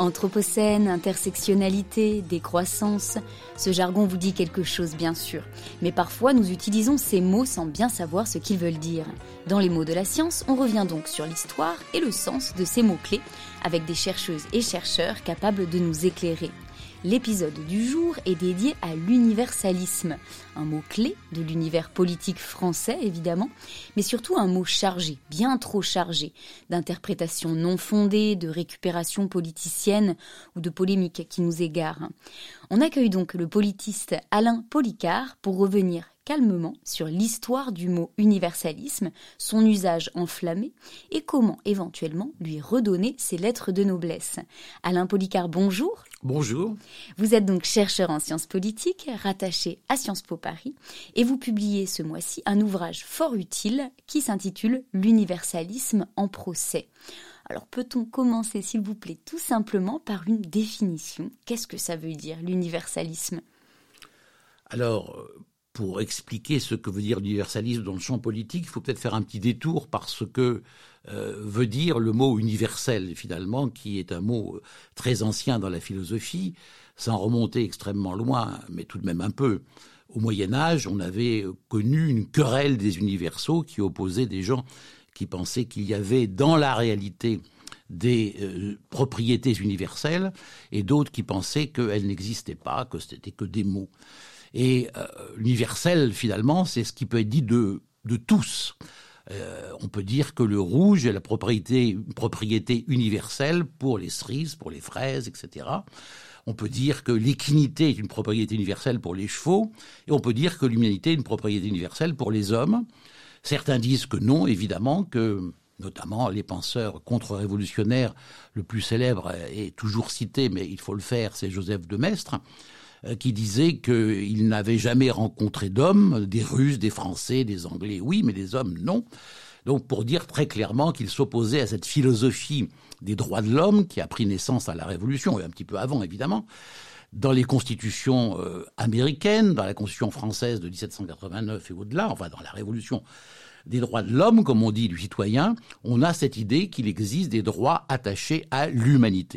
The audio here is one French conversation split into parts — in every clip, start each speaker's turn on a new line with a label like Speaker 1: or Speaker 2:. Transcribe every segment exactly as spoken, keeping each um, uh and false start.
Speaker 1: Anthropocène, intersectionnalité, décroissance, ce jargon vous dit quelque chose bien sûr. Mais parfois nous utilisons ces mots sans bien savoir ce qu'ils veulent dire. Dans les mots de la science, on revient donc sur l'histoire et le sens de ces mots-clés, avec des chercheuses et chercheurs capables de nous éclairer. L'épisode du jour est dédié à l'universalisme, un mot clé de l'univers politique français évidemment, mais surtout un mot chargé, bien trop chargé, d'interprétations non fondées, de récupération politicienne ou de polémiques qui nous égarent. On accueille donc le politiste Alain Policart pour revenir calmement sur l'histoire du mot universalisme, son usage enflammé et comment éventuellement lui redonner ses lettres de noblesse. Alain Policart, bonjour.
Speaker 2: Bonjour.
Speaker 1: Vous êtes donc chercheur en sciences politiques, rattaché à Sciences Po Paris, et vous publiez ce mois-ci un ouvrage fort utile qui s'intitule « L'universalisme en procès ». Alors peut-on commencer, s'il vous plaît, tout simplement par une définition ? Qu'est-ce que ça veut dire, l'universalisme ?
Speaker 2: Alors, pour expliquer ce que veut dire l'universalisme dans le champ politique, il faut peut-être faire un petit détour par ce que euh, veut dire le mot universel, finalement, qui est un mot très ancien dans la philosophie, sans remonter extrêmement loin, mais tout de même un peu. Au Moyen-Âge, on avait connu une querelle des universaux qui opposait des gens qui pensaient qu'il y avait dans la réalité des euh, propriétés universelles et d'autres qui pensaient qu'elles n'existaient pas, que c'était que des mots. Et euh, l'universel, finalement, c'est ce qui peut être dit de, de tous. Euh, on peut dire que le rouge est la propriété, une propriété universelle pour les cerises, pour les fraises, et cetera. On peut dire que l'équinité est une propriété universelle pour les chevaux, et on peut dire que l'humanité est une propriété universelle pour les hommes. Certains disent que non, évidemment, que notamment les penseurs contre-révolutionnaires, le plus célèbre est toujours cité, mais il faut le faire, c'est Joseph de Maistre, qui disait qu'il n'avait jamais rencontré d'hommes, des Russes, des Français, des Anglais, oui, mais des hommes, non. Donc pour dire très clairement qu'il s'opposait à cette philosophie des droits de l'homme qui a pris naissance à la Révolution, et un petit peu avant évidemment, dans les constitutions euh, américaines, dans la constitution française de dix-sept cent quatre-vingt-neuf et au-delà, enfin dans la Révolution des droits de l'homme, comme on dit, du citoyen, on a cette idée qu'il existe des droits attachés à l'humanité.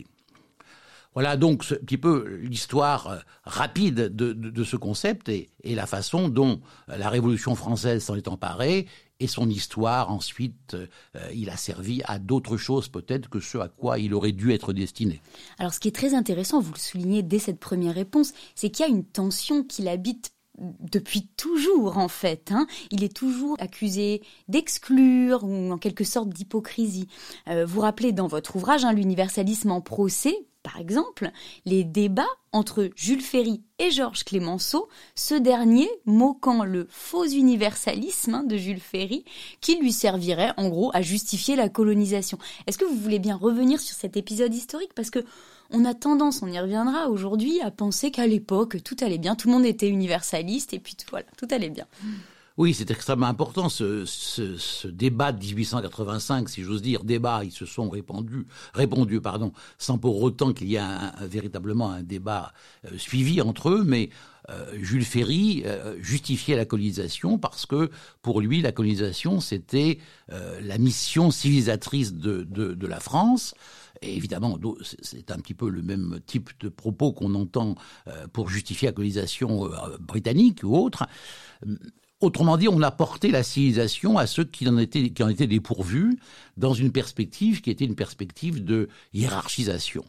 Speaker 2: Voilà donc un petit peu l'histoire rapide de, de, de ce concept et, et la façon dont la Révolution française s'en est emparée et son histoire ensuite, euh, il a servi à d'autres choses peut-être que ce à quoi il aurait dû être destiné.
Speaker 1: Alors ce qui est très intéressant, vous le soulignez dès cette première réponse, c'est qu'il y a une tension qui l'habite depuis toujours en fait, hein. Il est toujours accusé d'exclure ou en quelque sorte d'hypocrisie. Euh, vous rappelez dans votre ouvrage hein, l'universalisme en procès, par exemple, les débats entre Jules Ferry et Georges Clemenceau, ce dernier moquant le faux universalisme hein, de Jules Ferry qui lui servirait en gros à justifier la colonisation. Est-ce que vous voulez bien revenir sur cet épisode historique ? Parce que on a tendance, on y reviendra aujourd'hui, à penser qu'à l'époque, tout allait bien, tout le monde était universaliste, et puis voilà, tout allait bien.
Speaker 2: Oui, c'est extrêmement important, ce, ce, ce débat de dix-huit cent quatre-vingt-cinq, si j'ose dire, débat, ils se sont répandus, répondus, pardon, sans pour autant qu'il y ait un, un, véritablement un débat euh, suivi entre eux, mais euh, Jules Ferry euh, justifiait la colonisation parce que, pour lui, la colonisation, c'était euh, la mission civilisatrice de, de, de la France. Et évidemment, c'est un petit peu le même type de propos qu'on entend pour justifier la colonisation britannique ou autre. Autrement dit, on a porté la civilisation à ceux qui en étaient, qui en étaient dépourvus dans une perspective qui était une perspective de hiérarchisation.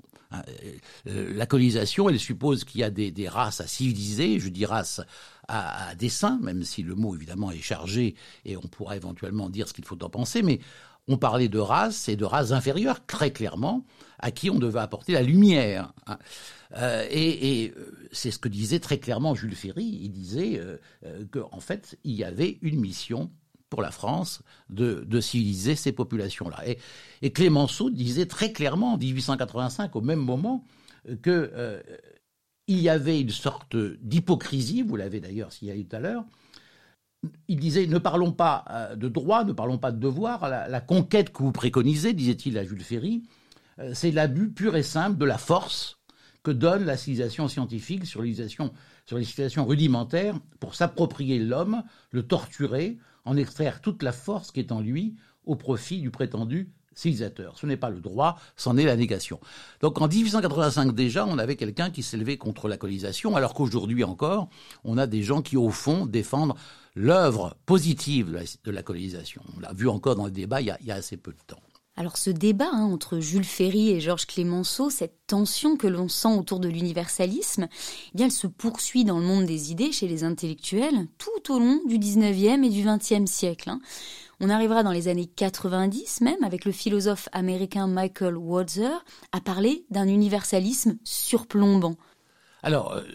Speaker 2: La colonisation, elle suppose qu'il y a des, des races à civiliser, je dis races à, à dessein, même si le mot évidemment est chargé et on pourra éventuellement dire ce qu'il faut en penser, mais on parlait de races et de races inférieures, très clairement, à qui on devait apporter la lumière. Euh, et, et c'est ce que disait très clairement Jules Ferry. Il disait euh, euh, qu'en fait, il y avait une mission pour la France de, de civiliser ces populations-là. Et, et Clemenceau disait très clairement, en dix-huit cent quatre-vingt-cinq, au même moment, que euh, il y avait une sorte d'hypocrisie, vous l'avez d'ailleurs signalé tout à l'heure. Il disait, ne parlons pas de droit, ne parlons pas de devoir. La, la conquête que vous préconisez, disait-il à Jules Ferry, c'est l'abus pur et simple de la force que donne la civilisation scientifique sur, sur les situations rudimentaires pour s'approprier l'homme, le torturer, en extraire toute la force qui est en lui au profit du prétendu civilisateur. Ce n'est pas le droit, c'en est la négation. Donc en dix-huit cent quatre-vingt-cinq déjà, on avait quelqu'un qui s'élevait contre la colonisation, alors qu'aujourd'hui encore, on a des gens qui au fond défendent l'œuvre positive de la, de la colonisation. On l'a vu encore dans le débat il y a, il y a assez peu de temps.
Speaker 1: Alors ce débat hein, entre Jules Ferry et Georges Clemenceau, cette tension que l'on sent autour de l'universalisme, eh bien, elle se poursuit dans le monde des idées chez les intellectuels tout au long du dix-neuvième et du vingtième siècle. Hein. On arrivera dans les années quatre-vingt-dix même, avec le philosophe américain Michael Walzer, à parler d'un universalisme surplombant.
Speaker 2: Alors, euh,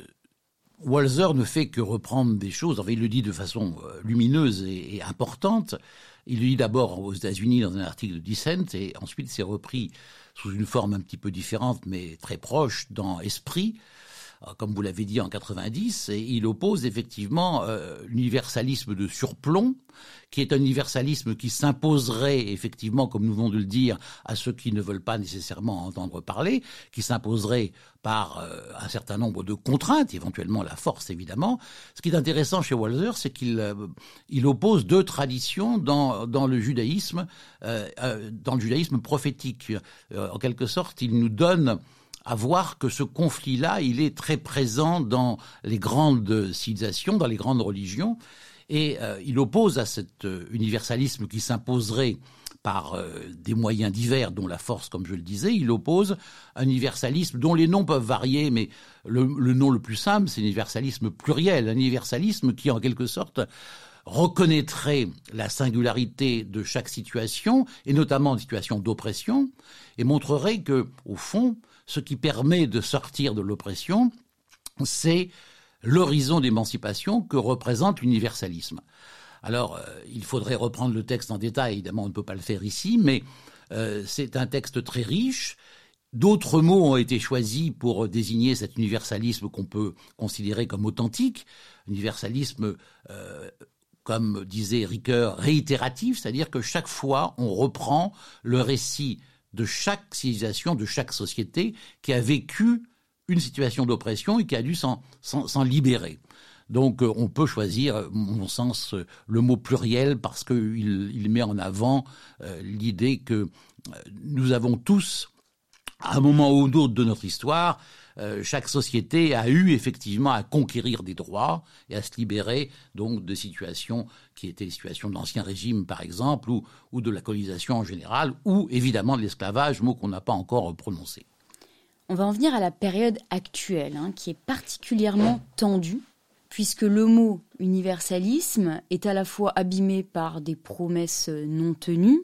Speaker 2: Walzer ne fait que reprendre des choses, enfin, il le dit de façon euh, lumineuse et, et importante. Il le dit d'abord aux États-Unis dans un article de Dissent, et ensuite c'est repris sous une forme un petit peu différente, mais très proche dans Esprit, comme vous l'avez dit en quatre-vingt-dix, et il oppose effectivement euh, l'universalisme de surplomb, qui est un universalisme qui s'imposerait effectivement, comme nous venons de le dire, à ceux qui ne veulent pas nécessairement entendre parler, qui s'imposerait par euh, un certain nombre de contraintes, éventuellement la force évidemment. Ce qui est intéressant chez Walzer, c'est qu'il euh, il oppose deux traditions dans, dans le judaïsme, euh, euh, dans le judaïsme prophétique. Euh, en quelque sorte, il nous donne à voir que ce conflit-là, il est très présent dans les grandes civilisations, dans les grandes religions, et euh, il oppose à cet euh, universalisme qui s'imposerait par euh, des moyens divers, dont la force, comme je le disais, il oppose un universalisme dont les noms peuvent varier, mais le, le nom le plus simple, c'est l'universalisme pluriel, un universalisme qui, en quelque sorte, reconnaîtrait la singularité de chaque situation, et notamment en situation d'oppression, et montrerait que, au fond, ce qui permet de sortir de l'oppression, c'est l'horizon d'émancipation que représente l'universalisme. Alors, euh, il faudrait reprendre le texte en détail, évidemment on ne peut pas le faire ici, mais euh, c'est un texte très riche. D'autres mots ont été choisis pour désigner cet universalisme qu'on peut considérer comme authentique, universalisme euh, comme disait Ricoeur, réitératif, c'est-à-dire que chaque fois on reprend le récit de chaque civilisation, de chaque société qui a vécu une situation d'oppression et qui a dû s'en, s'en, s'en libérer. Donc euh, on peut choisir, à mon sens, euh, le mot pluriel parce qu'il il met en avant euh, l'idée que euh, nous avons tous, à un moment ou d'autre de notre histoire, euh, chaque société a eu effectivement à conquérir des droits et à se libérer donc de situations qui étaient les situations de l'Ancien Régime par exemple, ou, ou de la colonisation en général, ou évidemment de l'esclavage, mot qu'on n'a pas encore prononcé.
Speaker 1: On va en venir à la période actuelle, hein, qui est particulièrement tendue, puisque le mot universalisme est à la fois abîmé par des promesses non tenues,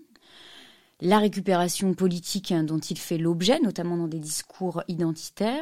Speaker 1: la récupération politique dont il fait l'objet, notamment dans des discours identitaires.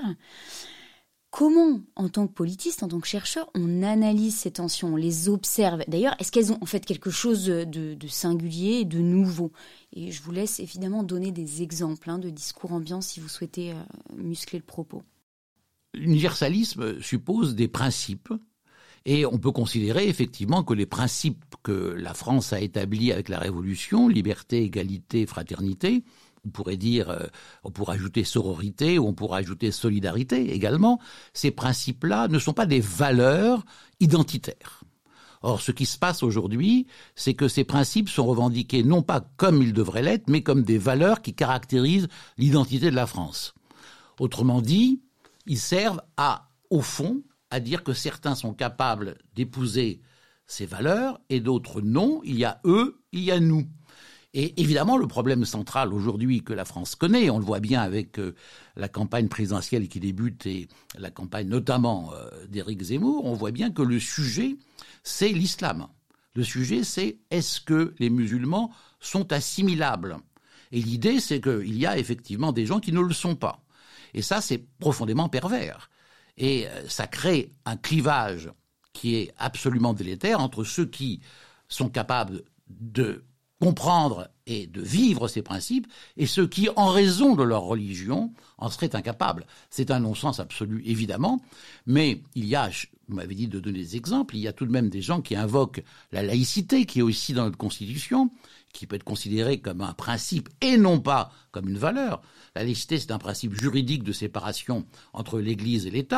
Speaker 1: Comment, en tant que politiste, en tant que chercheur, on analyse ces tensions, on les observe? D'ailleurs, est-ce qu'elles ont en fait quelque chose de, de singulier et de nouveau? Et je vous laisse évidemment donner des exemples hein, de discours ambiants si vous souhaitez euh, muscler le propos.
Speaker 2: L'universalisme suppose des principes. Et on peut considérer effectivement que les principes que la France a établis avec la Révolution, liberté, égalité, fraternité, on pourrait dire, euh, on pourrait ajouter sororité, ou on pourrait ajouter solidarité également, ces principes-là ne sont pas des valeurs identitaires. Or, ce qui se passe aujourd'hui, c'est que ces principes sont revendiqués non pas comme ils devraient l'être, mais comme des valeurs qui caractérisent l'identité de la France. Autrement dit, ils servent à, au fond, à dire que certains sont capables d'épouser ces valeurs et d'autres non. Il y a eux, il y a nous. Et évidemment, le problème central aujourd'hui que la France connaît, on le voit bien avec euh, la campagne présidentielle qui débute et la campagne notamment euh, d'Éric Zemmour, on voit bien que le sujet, c'est l'islam. Le sujet, c'est est-ce que les musulmans sont assimilables? Et l'idée, c'est qu'il y a effectivement des gens qui ne le sont pas. Et ça, c'est profondément pervers. Et ça crée un clivage qui est absolument délétère entre ceux qui sont capables de comprendre et de vivre ces principes et ceux qui, en raison de leur religion, en seraient incapables. C'est un non-sens absolu, évidemment, mais il y a, vous m'avez dit de donner des exemples, il y a tout de même des gens qui invoquent la laïcité, qui est aussi dans notre Constitution, qui peut être considérée comme un principe et non pas comme une valeur. La laïcité, c'est un principe juridique de séparation entre l'Église et l'État.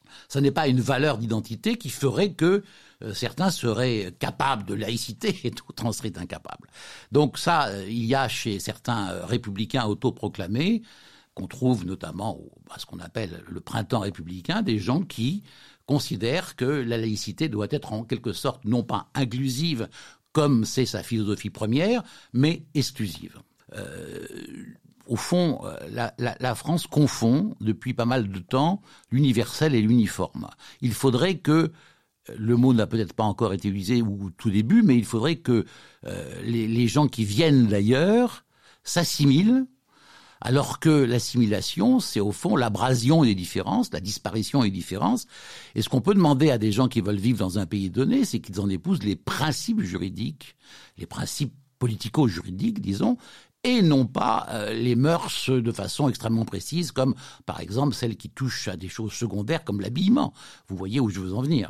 Speaker 2: Ça n'est pas une valeur d'identité qui ferait que euh, certains seraient capables de laïcité et d'autres en seraient incapables. Donc ça, euh, il y a chez certains euh, républicains autoproclamés, qu'on trouve notamment au, à ce qu'on appelle le printemps républicain, des gens qui considèrent que la laïcité doit être en quelque sorte non pas inclusive, comme c'est sa philosophie première, mais exclusive. Euh, Au fond, la, la, la France confond depuis pas mal de temps l'universel et l'uniforme. Il faudrait que, le mot n'a peut-être pas encore été utilisé au tout début, mais il faudrait que euh, les, les gens qui viennent d'ailleurs s'assimilent, alors que l'assimilation, c'est au fond l'abrasion des différences, la disparition des différences. Et ce qu'on peut demander à des gens qui veulent vivre dans un pays donné, c'est qu'ils en épousent les principes juridiques, les principes politico-juridiques, disons, et non pas euh, les mœurs de façon extrêmement précise, comme par exemple celles qui touchent à des choses secondaires comme l'habillement. Vous voyez où je veux en venir.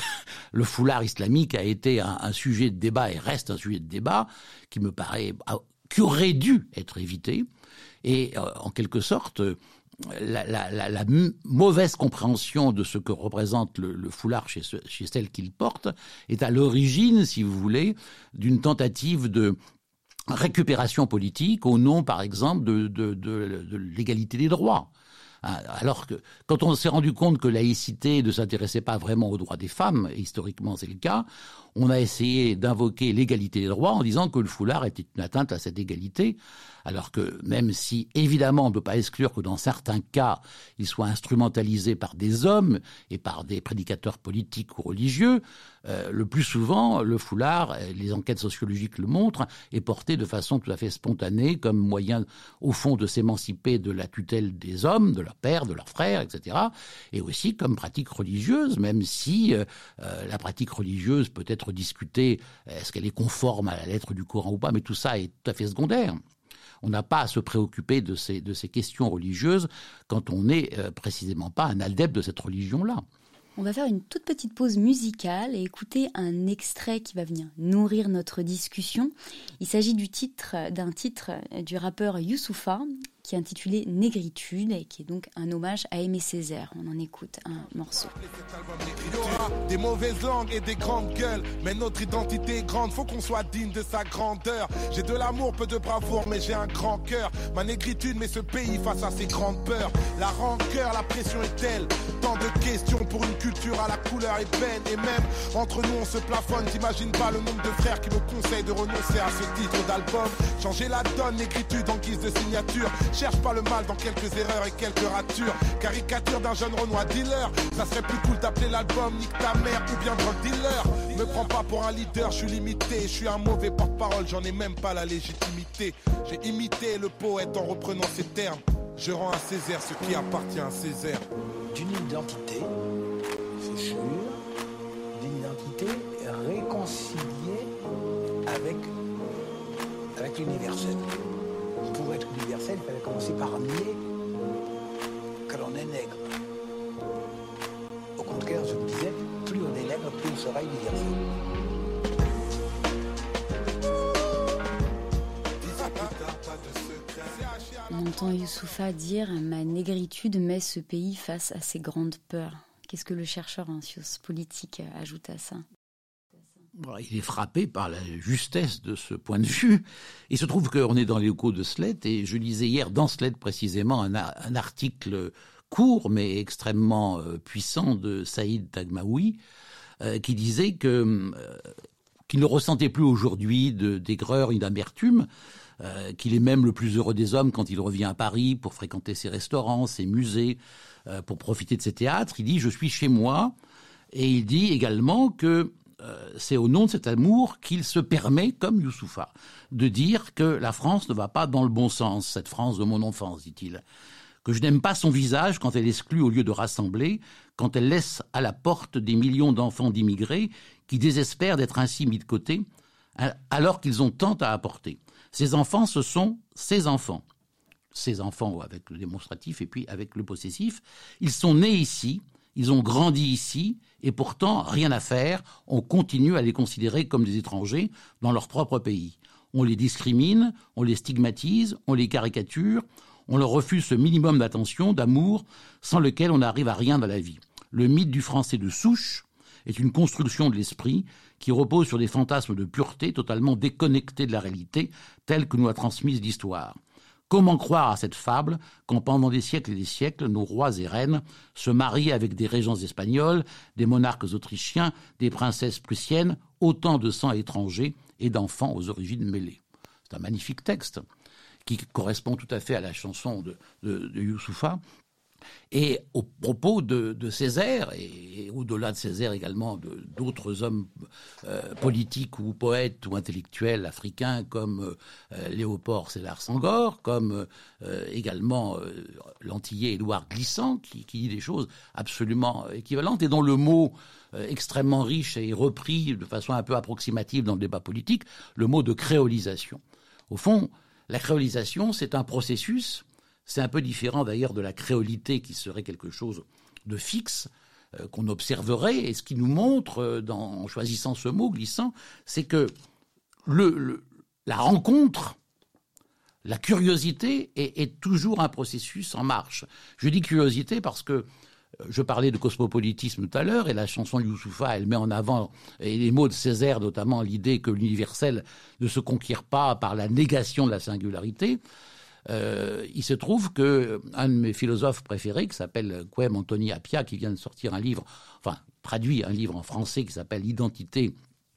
Speaker 2: Le foulard islamique a été un, un sujet de débat et reste un sujet de débat qui me paraît, qui aurait dû être évité. Et euh, en quelque sorte, la, la, la, la mauvaise compréhension de ce que représente le, le foulard chez, ce, chez celle qu'il porte est à l'origine, si vous voulez, d'une tentative de récupération politique au nom, par exemple, de, de, de, de l'égalité des droits. Alors que, quand on s'est rendu compte que la laïcité ne s'intéressait pas vraiment aux droits des femmes, et historiquement c'est le cas, on a essayé d'invoquer l'égalité des droits en disant que le foulard était une atteinte à cette égalité, alors que même si, évidemment, on ne peut pas exclure que dans certains cas, il soit instrumentalisé par des hommes et par des prédicateurs politiques ou religieux, euh, le plus souvent, le foulard, les enquêtes sociologiques le montrent, est porté de façon tout à fait spontanée comme moyen, au fond, de s'émanciper de la tutelle des hommes, de leur père, de leurs frères, et cetera, et aussi comme pratique religieuse, même si euh, la pratique religieuse peut être discutée, est-ce qu'elle est conforme à la lettre du Coran ou pas, mais tout ça est tout à fait secondaire. On n'a pas à se préoccuper de ces, de ces questions religieuses quand on n'est euh, précisément pas un adepte de cette religion-là.
Speaker 1: On va faire une toute petite pause musicale et écouter un extrait qui va venir nourrir notre discussion. Il s'agit du titre, d'un titre du rappeur Youssoupha qui est intitulé Négritude et qui est donc un hommage à Aimé Césaire. On en écoute un morceau.
Speaker 3: Il y aura des mauvaises langues et des grandes gueules, mais notre identité est grande, faut qu'on soit digne de sa grandeur. J'ai de l'amour, peu de bravoure, mais j'ai un grand cœur. Ma négritude met ce pays face à ses grandes peurs. La rancœur, la pression est telle, tant de questions pour une culture à la couleur ébène. Et même entre nous on se plafonne, t'imagines pas le nombre de frères qui me conseillent de renoncer à ce titre d'album. Changer la donne, négritude en guise de signature. Cherche pas le mal dans quelques erreurs et quelques ratures. Caricature d'un jeune Renoir dealer. Ça serait plus cool d'appeler l'album Nique ta mère ou bien drug dealer. Me prends pas pour un leader, je suis limité. Je suis un mauvais porte-parole, j'en ai même pas la légitimité. J'ai imité le poète en reprenant ses termes. Je rends à Césaire ce qui appartient à Césaire.
Speaker 4: D'une identité, c'est sûr, d'une identité réconciliée avec, avec l'universel. Pour être universel, il fallait commencer par nier que l'on est nègre. Au contraire, je me disais, plus on est nègre, plus on sera universel.
Speaker 1: On entend Youssoupha dire « Ma négritude met ce pays face à ses grandes peurs ». Qu'est-ce que le chercheur en sciences politiques ajoute à ça ?
Speaker 2: Il est frappé par la justesse de ce point de vue. Il se trouve qu'on est dans les locaux de Slate et je lisais hier dans Slate précisément un, un article court mais extrêmement euh, puissant de Saïd Tagmaoui euh, qui disait que, euh, qu'il ne ressentait plus aujourd'hui de, d'aigreur et d'amertume, euh, qu'il est même le plus heureux des hommes quand il revient à Paris pour fréquenter ses restaurants, ses musées, euh, pour profiter de ses théâtres. Il dit « Je suis chez moi » et il dit également que Euh, c'est au nom de cet amour qu'il se permet, comme Youssoupha, de dire que la France ne va pas dans le bon sens, cette France de mon enfance, dit-il. Que je n'aime pas son visage quand elle exclut au lieu de rassembler, quand elle laisse à la porte des millions d'enfants d'immigrés qui désespèrent d'être ainsi mis de côté, alors qu'ils ont tant à apporter. Ces enfants, ce sont ses enfants. Ces enfants avec le démonstratif et puis avec le possessif. Ils sont nés ici. Ils ont grandi ici et pourtant, rien à faire, on continue à les considérer comme des étrangers dans leur propre pays. On les discrimine, on les stigmatise, on les caricature, on leur refuse ce minimum d'attention, d'amour, sans lequel on n'arrive à rien dans la vie. le mythe du français de souche est une construction de l'esprit qui repose sur des fantasmes de pureté totalement déconnectés de la réalité telle que nous a transmise l'histoire. Comment croire à cette fable quand pendant des siècles et des siècles, nos rois et reines se marient avec des régents espagnols, des monarques autrichiens, des princesses prussiennes, autant de sang étrangers et d'enfants aux origines mêlées. C'est un magnifique texte qui correspond tout à fait à la chanson de, de, de Youssoupha. Et au propos de, de Césaire, et, et au-delà de Césaire également de, d'autres hommes euh, politiques ou poètes ou intellectuels africains comme euh, Léopold Sédar Senghor, comme euh, également euh, l'antillais Édouard Glissant, qui, qui dit des choses absolument équivalentes et dont le mot euh, extrêmement riche est repris de façon un peu approximative dans le débat politique, le mot de créolisation. Au fond, la créolisation, c'est un processus. C'est un peu différent d'ailleurs de la créolité qui serait quelque chose de fixe, euh, qu'on observerait. Et ce qui nous montre, euh, dans, en choisissant ce mot glissant, c'est que le, le, la rencontre, la curiosité est, est toujours un processus en marche. Je dis curiosité parce que euh, je parlais de cosmopolitisme tout à l'heure, et la chanson de Youssoupha, elle met en avant, et les mots de Césaire notamment, l'idée que l'universel ne se conquiert pas par la négation de la singularité. Euh, il se trouve que un de mes philosophes préférés, qui s'appelle Guem Antoni Appia, qui vient de sortir un livre, enfin traduit un livre en français qui s'appelle Identité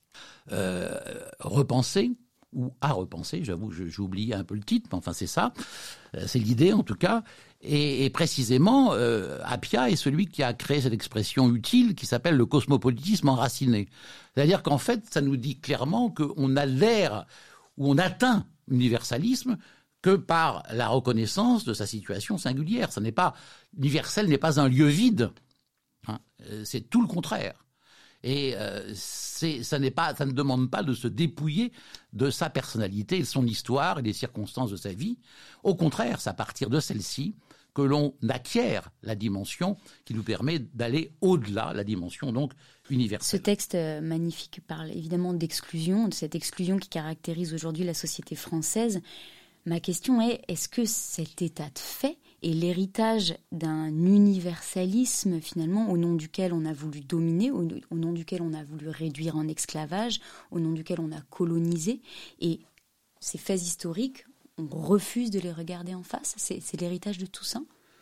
Speaker 2: euh, repensée, ou à repenser, j'avoue, j'ai oublié un peu le titre, mais enfin c'est ça, euh, c'est l'idée en tout cas, et, et précisément euh, Appia est celui qui a créé cette expression utile qui s'appelle le cosmopolitisme enraciné. C'est-à-dire qu'en fait, ça nous dit clairement qu'on adhère ou on atteint l'universalisme que par la reconnaissance de sa situation singulière. Ça n'est pas, l'universel n'est pas un lieu vide, hein, c'est tout le contraire. Et euh, c'est, ça, n'est pas, ça ne demande pas de se dépouiller de sa personnalité, de son histoire et des circonstances de sa vie. Au contraire, c'est à partir de celle-ci que l'on acquiert la dimension qui nous permet d'aller au-delà, la dimension donc universelle.
Speaker 1: Ce texte magnifique parle évidemment d'exclusion, de cette exclusion qui caractérise aujourd'hui la société française. Ma question est, est-ce que cet état de fait est l'héritage d'un universalisme, finalement, au nom duquel on a voulu dominer, au, au nom duquel on a voulu réduire en esclavage, au nom duquel on a colonisé, et ces faits historiques, on refuse de les regarder en face? C'est, c'est l'héritage de tout ça?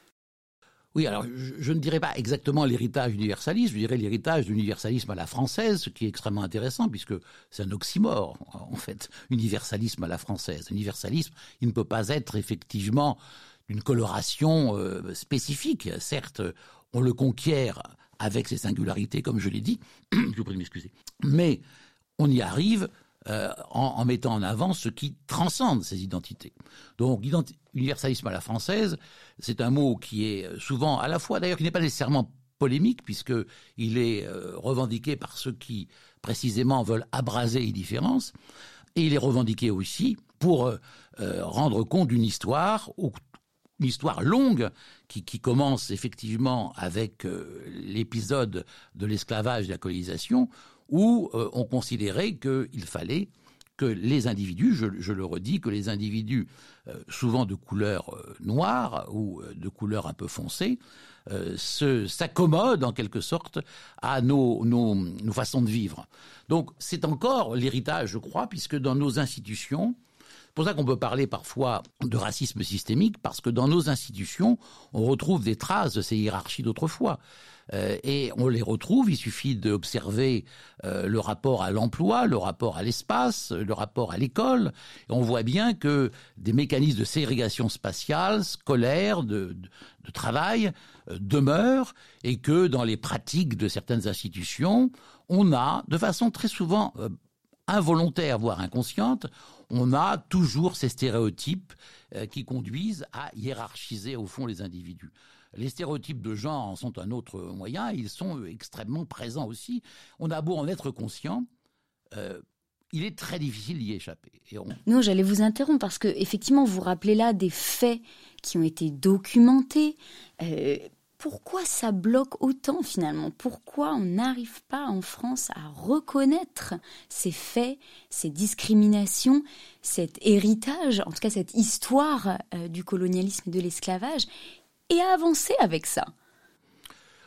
Speaker 2: Oui, alors je, je ne dirais pas exactement l'héritage universaliste, je dirais l'héritage de l'universalisme à la française, ce qui est extrêmement intéressant puisque c'est un oxymore, en fait, universalisme à la française. Universalisme, il ne peut pas être effectivement d'une coloration euh, spécifique. Certes, on le conquiert avec ses singularités, comme je l'ai dit, je vous prie de m'excuser, mais on y arrive Euh, en, en mettant en avant ce qui transcende ces identités. Donc, identi- universalisme à la française, c'est un mot qui est souvent, à la fois, d'ailleurs, qui n'est pas nécessairement polémique, puisqu'il est euh, revendiqué par ceux qui, précisément, veulent abraser les différences, et il est revendiqué aussi pour euh, euh, rendre compte d'une histoire, ou, une histoire longue, qui, qui commence effectivement avec euh, l'épisode de l'esclavage et de la colonisation, où euh, on considérait qu'il fallait que les individus, je, je le redis, que les individus, euh, souvent de couleur euh, noire ou euh, de couleur un peu foncée, euh, se, s'accommodent en quelque sorte à nos, nos, nos façons de vivre. Donc c'est encore l'héritage, je crois, puisque dans nos institutions, c'est pour ça qu'on peut parler parfois de racisme systémique, parce que dans nos institutions, on retrouve des traces de ces hiérarchies d'autrefois. Euh, et on les retrouve, il suffit d'observer euh, le rapport à l'emploi, le rapport à l'espace, le rapport à l'école. Et on voit bien que des mécanismes de ségrégation spatiale, scolaire, de, de, de travail euh, demeurent, et que dans les pratiques de certaines institutions, on a, de façon très souvent euh, involontaire, voire inconsciente, on a toujours ces stéréotypes euh, qui conduisent à hiérarchiser au fond les individus. Les stéréotypes de genre en sont un autre moyen, ils sont extrêmement présents aussi. On a beau en être conscient, euh, il est très difficile d'y échapper. Et on...
Speaker 1: Non, j'allais vous interrompre parce que effectivement, vous rappelez là des faits qui ont été documentés. Euh, pourquoi ça bloque autant finalement ? Pourquoi on n'arrive pas en France à reconnaître ces faits, ces discriminations, cet héritage, en tout cas cette histoire euh, du colonialisme et de l'esclavage, et à avancer avec ça?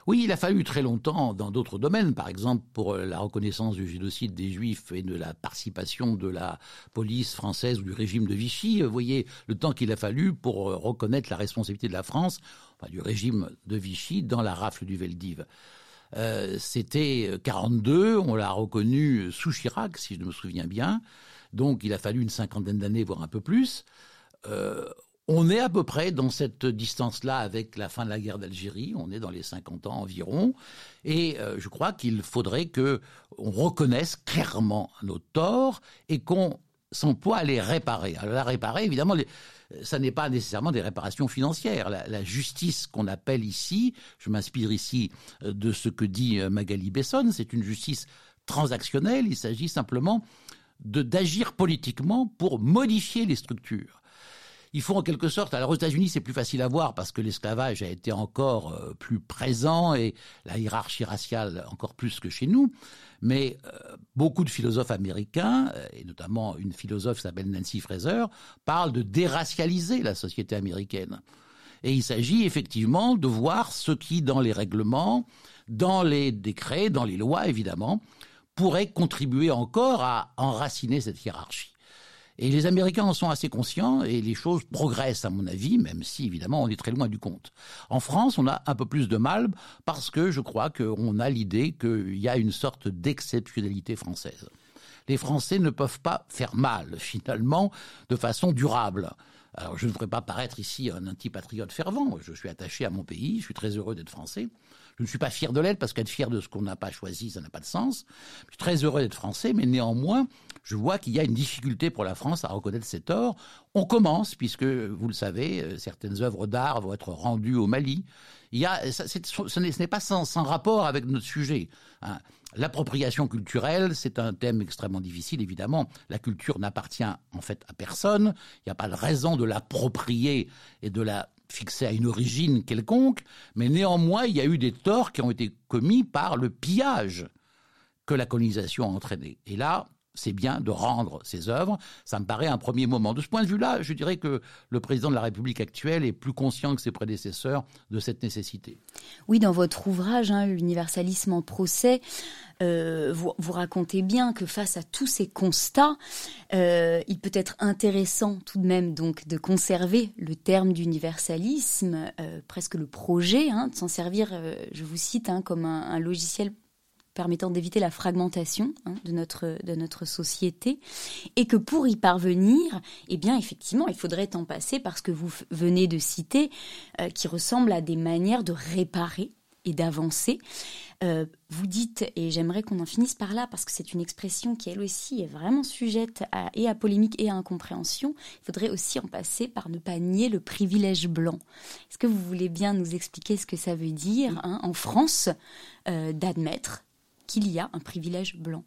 Speaker 2: Oui, il a fallu très longtemps dans d'autres domaines, par exemple pour la reconnaissance du génocide des Juifs et de la participation de la police française ou du régime de Vichy. Vous voyez le temps qu'il a fallu pour reconnaître la responsabilité de la France, enfin du régime de Vichy, dans la rafle du Veldiv. Euh, c'était quarante-deux, on l'a reconnu sous Chirac, si je me souviens bien. Donc il a fallu une cinquantaine d'années, voire un peu plus. Euh, On est à peu près dans cette distance-là avec la fin de la guerre d'Algérie. On est dans les cinquante ans environ. Et euh, je crois qu'il faudrait qu'on reconnaisse clairement nos torts et qu'on s'emploie à les réparer. Alors, la réparer, évidemment, les, ça n'est pas nécessairement des réparations financières. La, la justice qu'on appelle ici, je m'inspire ici de ce que dit Magali Besson, c'est une justice transactionnelle. Il s'agit simplement de, d'agir politiquement pour modifier les structures. Il faut en quelque sorte, alors aux États-Unis c'est plus facile à voir parce que l'esclavage a été encore euh, plus présent et la hiérarchie raciale encore plus que chez nous, mais euh, beaucoup de philosophes américains, euh, et notamment une philosophe qui s'appelle Nancy Fraser, parlent de déracialiser la société américaine. Et il s'agit effectivement de voir ce qui, dans les règlements, dans les décrets, dans les lois évidemment, pourrait contribuer encore à enraciner cette hiérarchie. Et les Américains en sont assez conscients et les choses progressent à mon avis, même si évidemment on est très loin du compte. En France, on a un peu plus de mal parce que je crois qu'on a l'idée qu'il y a une sorte d'exceptionnalité française. Les Français ne peuvent pas faire mal finalement de façon durable. Alors je ne voudrais pas paraître ici un antipatriote fervent, je suis attaché à mon pays, je suis très heureux d'être français. Je ne suis pas fier de l'être parce qu'être fier de ce qu'on n'a pas choisi, ça n'a pas de sens. Je suis très heureux d'être français, mais néanmoins, je vois qu'il y a une difficulté pour la France à reconnaître ses torts. On commence, puisque, vous le savez, certaines œuvres d'art vont être rendues au Mali. Il y a, ça, c'est, ce n'est, ce n'est pas sans, sans rapport avec notre sujet, hein. L'appropriation culturelle, c'est un thème extrêmement difficile, évidemment. La culture n'appartient en fait à personne. Il n'y a pas de raison de l'approprier et de la fixer à une origine quelconque. Mais néanmoins, il y a eu des torts qui ont été commis par le pillage que la colonisation a entraîné. Et là, c'est bien de rendre ces œuvres. Ça me paraît un premier moment. De ce point de vue-là, je dirais que le président de la République actuelle est plus conscient que ses prédécesseurs de cette nécessité.
Speaker 1: Oui, dans votre ouvrage, hein, L'universalisme en procès, euh, vous, vous racontez bien que face à tous ces constats, euh, il peut être intéressant tout de même donc de conserver le terme d'universalisme, euh, presque le projet, hein, de s'en servir, euh, je vous cite, hein, comme un, un logiciel permettant d'éviter la fragmentation hein, de notre de notre société, et que pour y parvenir, eh bien effectivement, il faudrait en passer par ce que vous f- venez de citer, euh, qui ressemble à des manières de réparer et d'avancer. Euh, vous dites, et j'aimerais qu'on en finisse par là, parce que c'est une expression qui elle aussi est vraiment sujette à, et à polémique et à incompréhension, il faudrait aussi en passer par ne pas nier le privilège blanc. Est-ce que vous voulez bien nous expliquer ce que ça veut dire hein, en France euh, d'admettre qu'il y a un privilège blanc?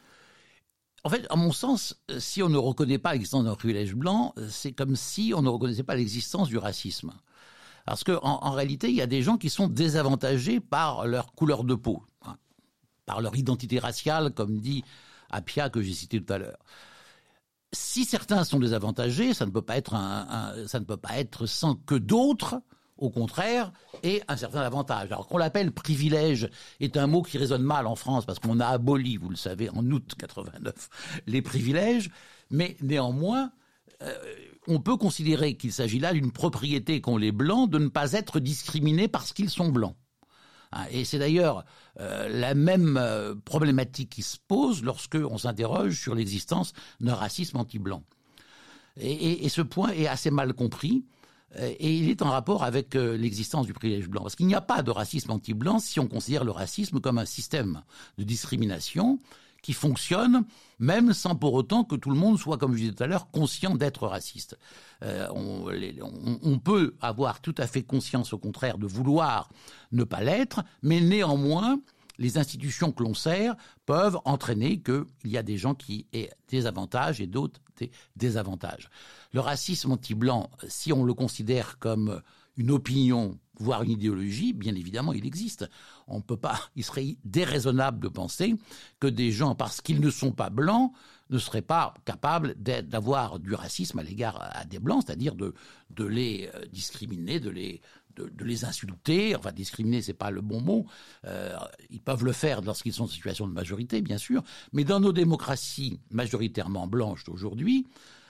Speaker 2: En fait, à mon sens, si on ne reconnaît pas l'existence d'un privilège blanc, c'est comme si on ne reconnaissait pas l'existence du racisme. Parce qu'en en réalité, il y a des gens qui sont désavantagés par leur couleur de peau, hein, par leur identité raciale, comme dit Appia, que j'ai cité tout à l'heure. Si certains sont désavantagés, ça ne peut pas être, un, un, ça ne peut pas être sans que d'autres, au contraire, aient un certain avantage. Alors qu'on l'appelle privilège est un mot qui résonne mal en France parce qu'on a aboli, vous le savez, en août quatre-vingt-neuf, les privilèges, mais néanmoins, euh, on peut considérer qu'il s'agit là d'une propriété qu'ont les Blancs de ne pas être discriminés parce qu'ils sont Blancs. Et c'est d'ailleurs euh, la même euh, problématique qui se pose lorsque on s'interroge sur l'existence d'un racisme anti-blanc. Et, et, et ce point est assez mal compris. Et il est en rapport avec euh, l'existence du privilège blanc. Parce qu'il n'y a pas de racisme anti-blanc si on considère le racisme comme un système de discrimination qui fonctionne, même sans pour autant que tout le monde soit, comme je disais tout à l'heure, conscient d'être raciste. Euh, on, les, on, on peut avoir tout à fait conscience, au contraire, de vouloir ne pas l'être, mais néanmoins, les institutions que l'on sert peuvent entraîner qu'il y a des gens qui aient des avantages et d'autres des désavantages. Le racisme anti-blanc, si on le considère comme une opinion, voire une idéologie, bien évidemment, il existe. On peut pas, il serait déraisonnable de penser que des gens, parce qu'ils ne sont pas blancs, ne seraient pas capables d'avoir du racisme à l'égard à des blancs, c'est-à-dire de, de les discriminer, de les, de, de les insulter, enfin discriminer c'est pas le bon mot, euh, ils peuvent le faire lorsqu'ils sont en situation de majorité bien sûr, mais dans nos démocraties majoritairement blanches d'aujourd'hui,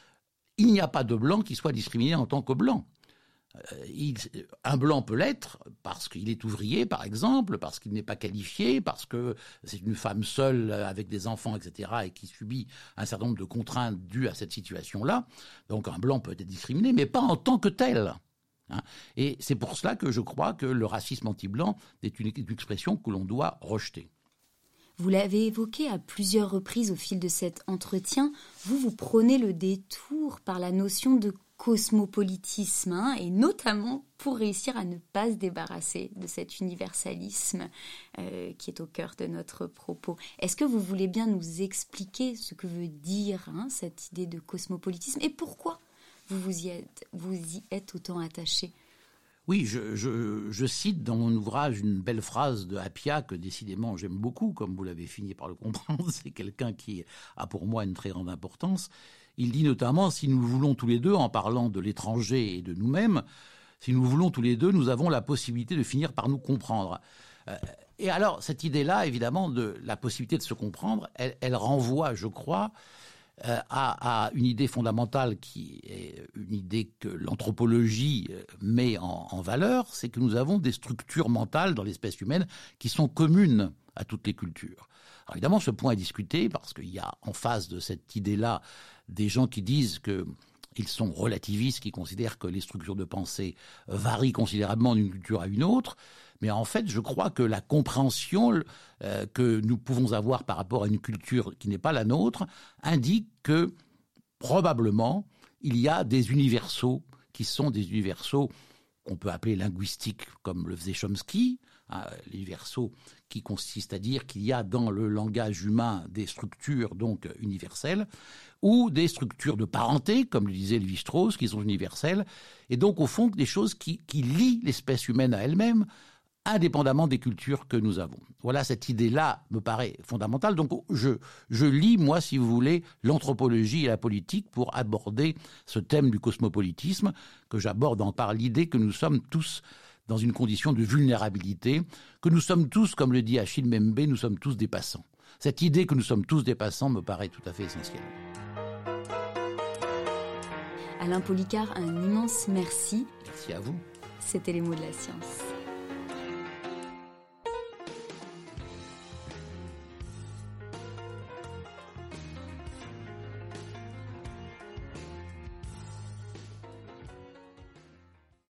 Speaker 2: il n'y a pas de blanc qui soit discriminé en tant que blanc. Euh, il, un blanc peut l'être parce qu'il est ouvrier par exemple, parce qu'il n'est pas qualifié, parce que c'est une femme seule avec des enfants et cetera et qui subit un certain nombre de contraintes dues à cette situation-là. Donc un blanc peut être discriminé, mais pas en tant que tel. Hein. Et c'est pour cela que je crois que le racisme anti-blanc est une, une expression que l'on doit rejeter.
Speaker 1: Vous l'avez évoqué à plusieurs reprises au fil de cet entretien, vous, vous prônez le détour par la notion de cosmopolitisme, hein, et notamment pour réussir à ne pas se débarrasser de cet universalisme euh, qui est au cœur de notre propos. Est-ce que vous voulez bien nous expliquer ce que veut dire hein, cette idée de cosmopolitisme et pourquoi vous vous y êtes, vous y êtes autant attaché ?
Speaker 2: Oui, je, je, je cite dans mon ouvrage une belle phrase de Appia que décidément j'aime beaucoup, comme vous l'avez fini par le comprendre. C'est quelqu'un qui a pour moi une très grande importance. Il dit notamment, si nous voulons tous les deux, en parlant de l'étranger et de nous-mêmes, si nous voulons tous les deux, nous avons la possibilité de finir par nous comprendre. Euh, et alors, cette idée-là, évidemment, de la possibilité de se comprendre, elle, elle renvoie, je crois, euh, à, à une idée fondamentale qui est une idée que l'anthropologie met en, en valeur, c'est que nous avons des structures mentales dans l'espèce humaine qui sont communes à toutes les cultures. Alors évidemment, ce point est discuté parce qu'il y a en face de cette idée-là des gens qui disent que ils sont relativistes, qui considèrent que les structures de pensée varient considérablement d'une culture à une autre. Mais en fait, je crois que la compréhension euh, que nous pouvons avoir par rapport à une culture qui n'est pas la nôtre indique que probablement il y a des universaux qui sont des universaux qu'on peut appeler linguistiques, comme le faisait Chomsky, hein, l'universaux qui consiste à dire qu'il y a dans le langage humain des structures donc universelles, ou des structures de parenté, comme le disait Lévi-Strauss, qui sont universelles, et donc au fond des choses qui, qui lient l'espèce humaine à elle-même, indépendamment des cultures que nous avons. Voilà, cette idée-là me paraît fondamentale. Donc je, je lis, moi, si vous voulez, l'anthropologie et la politique pour aborder ce thème du cosmopolitisme, que j'aborde en par l'idée que nous sommes tous dans une condition de vulnérabilité, que nous sommes tous, comme le dit Achille Mbembe, nous sommes tous des passants. Cette idée que nous sommes tous des passants me paraît tout à fait essentielle.
Speaker 1: Alain Policar, un immense merci.
Speaker 2: Merci à vous.
Speaker 1: C'était les mots de la science.